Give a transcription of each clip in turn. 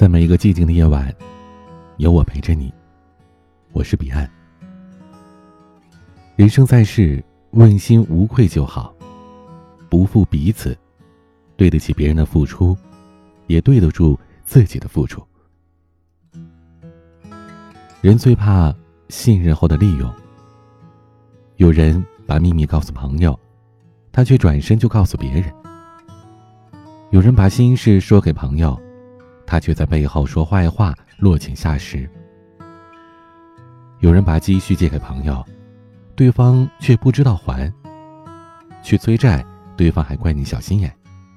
在每一个寂静的夜晚，有我陪着你。我是彼岸。人生在世，问心无愧就好，不负彼此，对得起别人的付出，也对得住自己的付出。人最怕信任后的利用。有人把秘密告诉朋友，他却转身就告诉别人。有人把心事说给朋友，他却在背后说坏话，落井下石。有人把积蓄借给朋友，对方却不知道还，去催债，对方还怪你小心眼。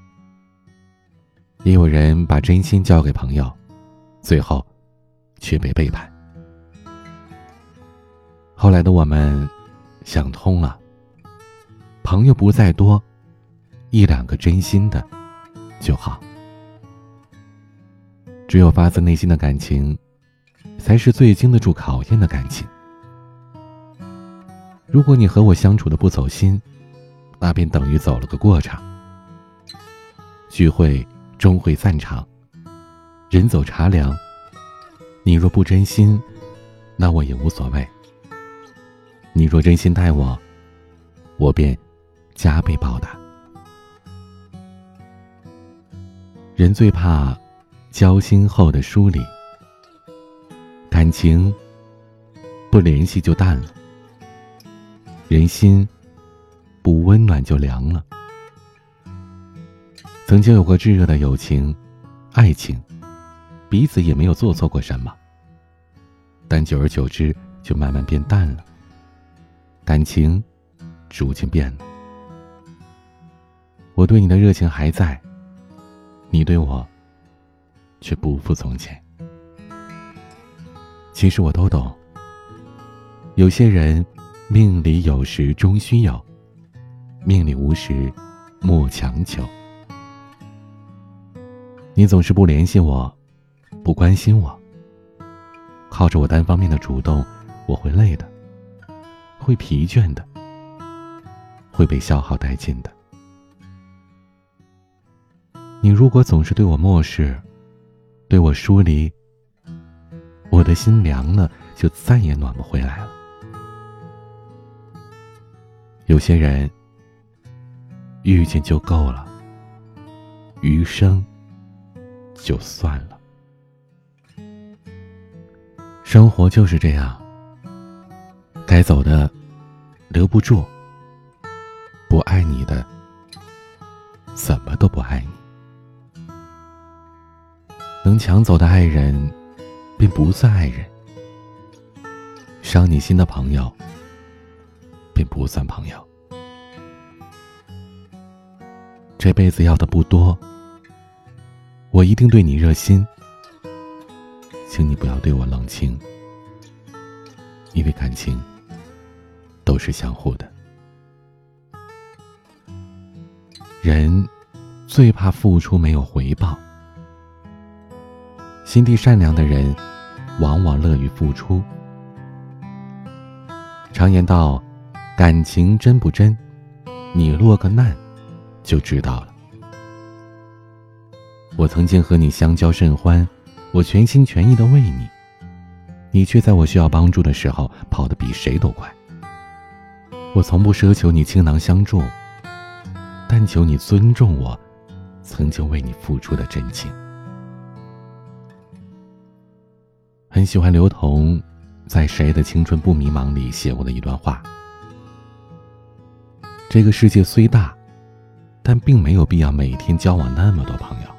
也有人把真心交给朋友，最后却被背叛。后来的我们想通了，朋友不在多，一两个真心的就好。只有发自内心的感情，才是最经得住考验的感情。如果你和我相处的不走心，那便等于走了个过场。聚会终会散场，人走茶凉。你若不真心，那我也无所谓。你若真心待我，我便加倍报答。人最怕交心后的疏离，感情不联系就淡了，人心不温暖就凉了。曾经有过炙热的友情、爱情，彼此也没有做错过什么，但久而久之就慢慢变淡了，感情逐渐变了。我对你的热情还在，你对我却不复从前。其实我都懂，有些人命里有时终须有，命里无时莫强求。你总是不联系我，不关心我，靠着我单方面的主动，我会累的，会疲倦的，会被消耗殆尽的。你如果总是对我漠视，对我疏离，我的心凉了，就再也暖不回来了。有些人遇见就够了，余生就算了。生活就是这样，该走的留不住，不爱你的怎么都不爱你。能抢走的爱人便不算爱人，伤你心的朋友便不算朋友。这辈子要的不多，我一定对你热心，请你不要对我冷清，因为感情都是相互的。人最怕付出没有回报，心地善良的人往往乐于付出。常言道，感情真不真，你落个难就知道了。我曾经和你相交甚欢，我全心全意地为你，你却在我需要帮助的时候跑得比谁都快。我从不奢求你倾囊相助，但求你尊重我曾经为你付出的真情。很喜欢刘同在《谁的青春不迷茫》里写过的一段话：这个世界虽大，但并没有必要每天交往那么多朋友。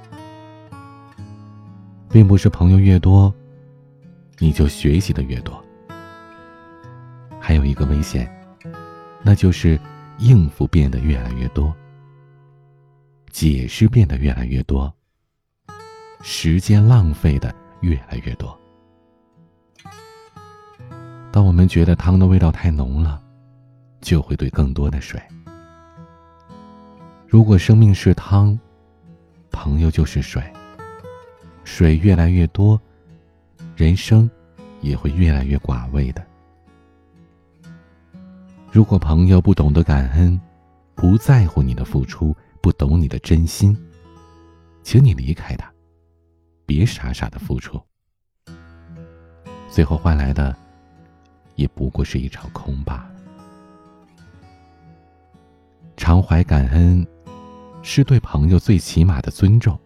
并不是朋友越多，你就学习的越多。还有一个危险，那就是应付变得越来越多，解释变得越来越多，时间浪费的越来越多。当我们觉得汤的味道太浓了，就会兑更多的水。如果生命是汤，朋友就是水，水越来越多，人生也会越来越寡味的。如果朋友不懂得感恩，不在乎你的付出，不懂你的真心，请你离开他， 别傻傻的付出，最后换来的也不过是一场空罢了。常怀感恩是对朋友最起码的尊重。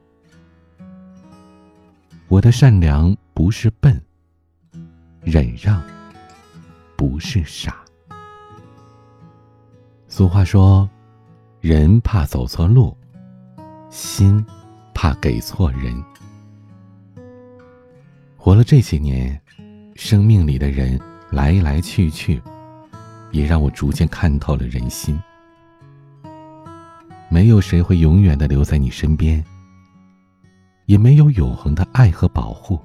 我的善良不是笨，忍让不是傻。俗话说，人怕走错路，心怕给错人。活了这些年，生命里的人来来去去，也让我逐渐看透了人心。没有谁会永远的留在你身边，也没有永恒的爱和保护。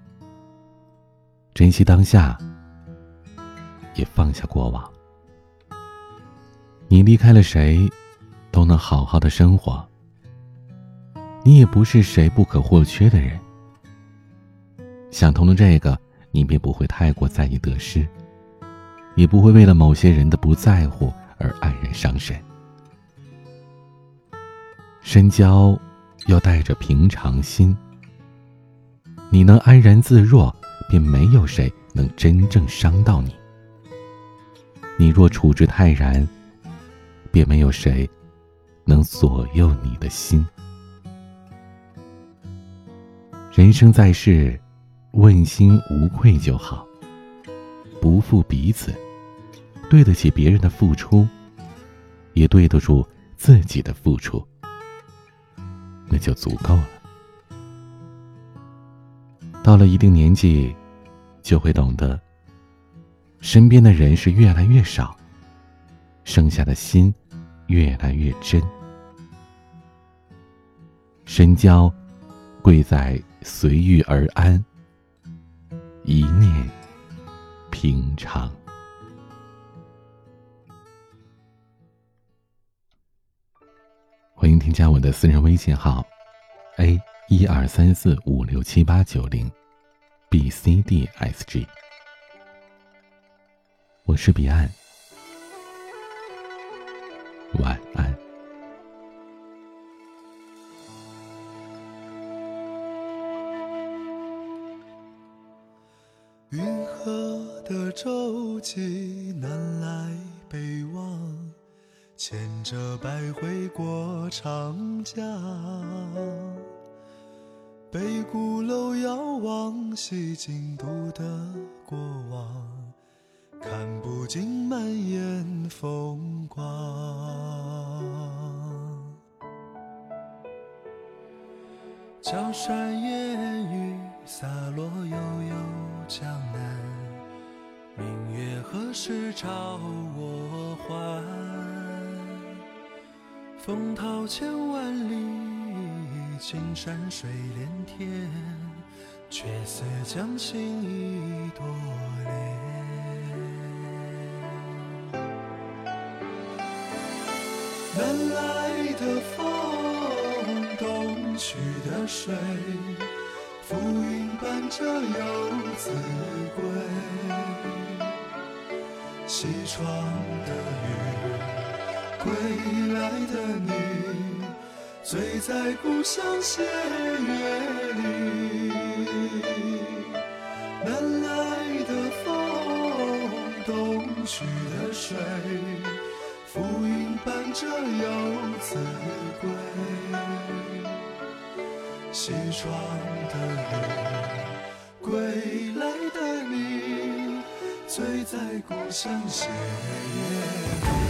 珍惜当下，也放下过往。你离开了谁，都能好好的生活。你也不是谁不可或缺的人。想通了这个，你便不会太过在意得失，也不会为了某些人的不在乎而黯然伤神。深交要带着平常心，你能安然自若，便没有谁能真正伤到你。你若处之泰然，便没有谁能左右你的心。人生在世，问心无愧就好，不负彼此，对得起别人的付出，也对得住自己的付出，那就足够了。到了一定年纪，就会懂得，身边的人是越来越少，剩下的心越来越真。深交贵在随遇而安，一念平常。欢迎添加我的私人微信号 A1234567890BCDSG， 我是彼岸，晚安。 云河的舟楫南来北往，牵着百回过长江。北鼓楼遥望西京都的过往，看不尽满眼风光。江山烟雨洒落悠悠江南，明月何时照我还？风涛千万里，青山水连天，却似将心一朵莲。南来的风，东去的水，浮云伴着游子归。西窗的雨，归来的你，醉在故乡斜月里。南来的风，东去的水，浮云伴着游子归。西窗的雨，归来的你，醉在故乡斜月里。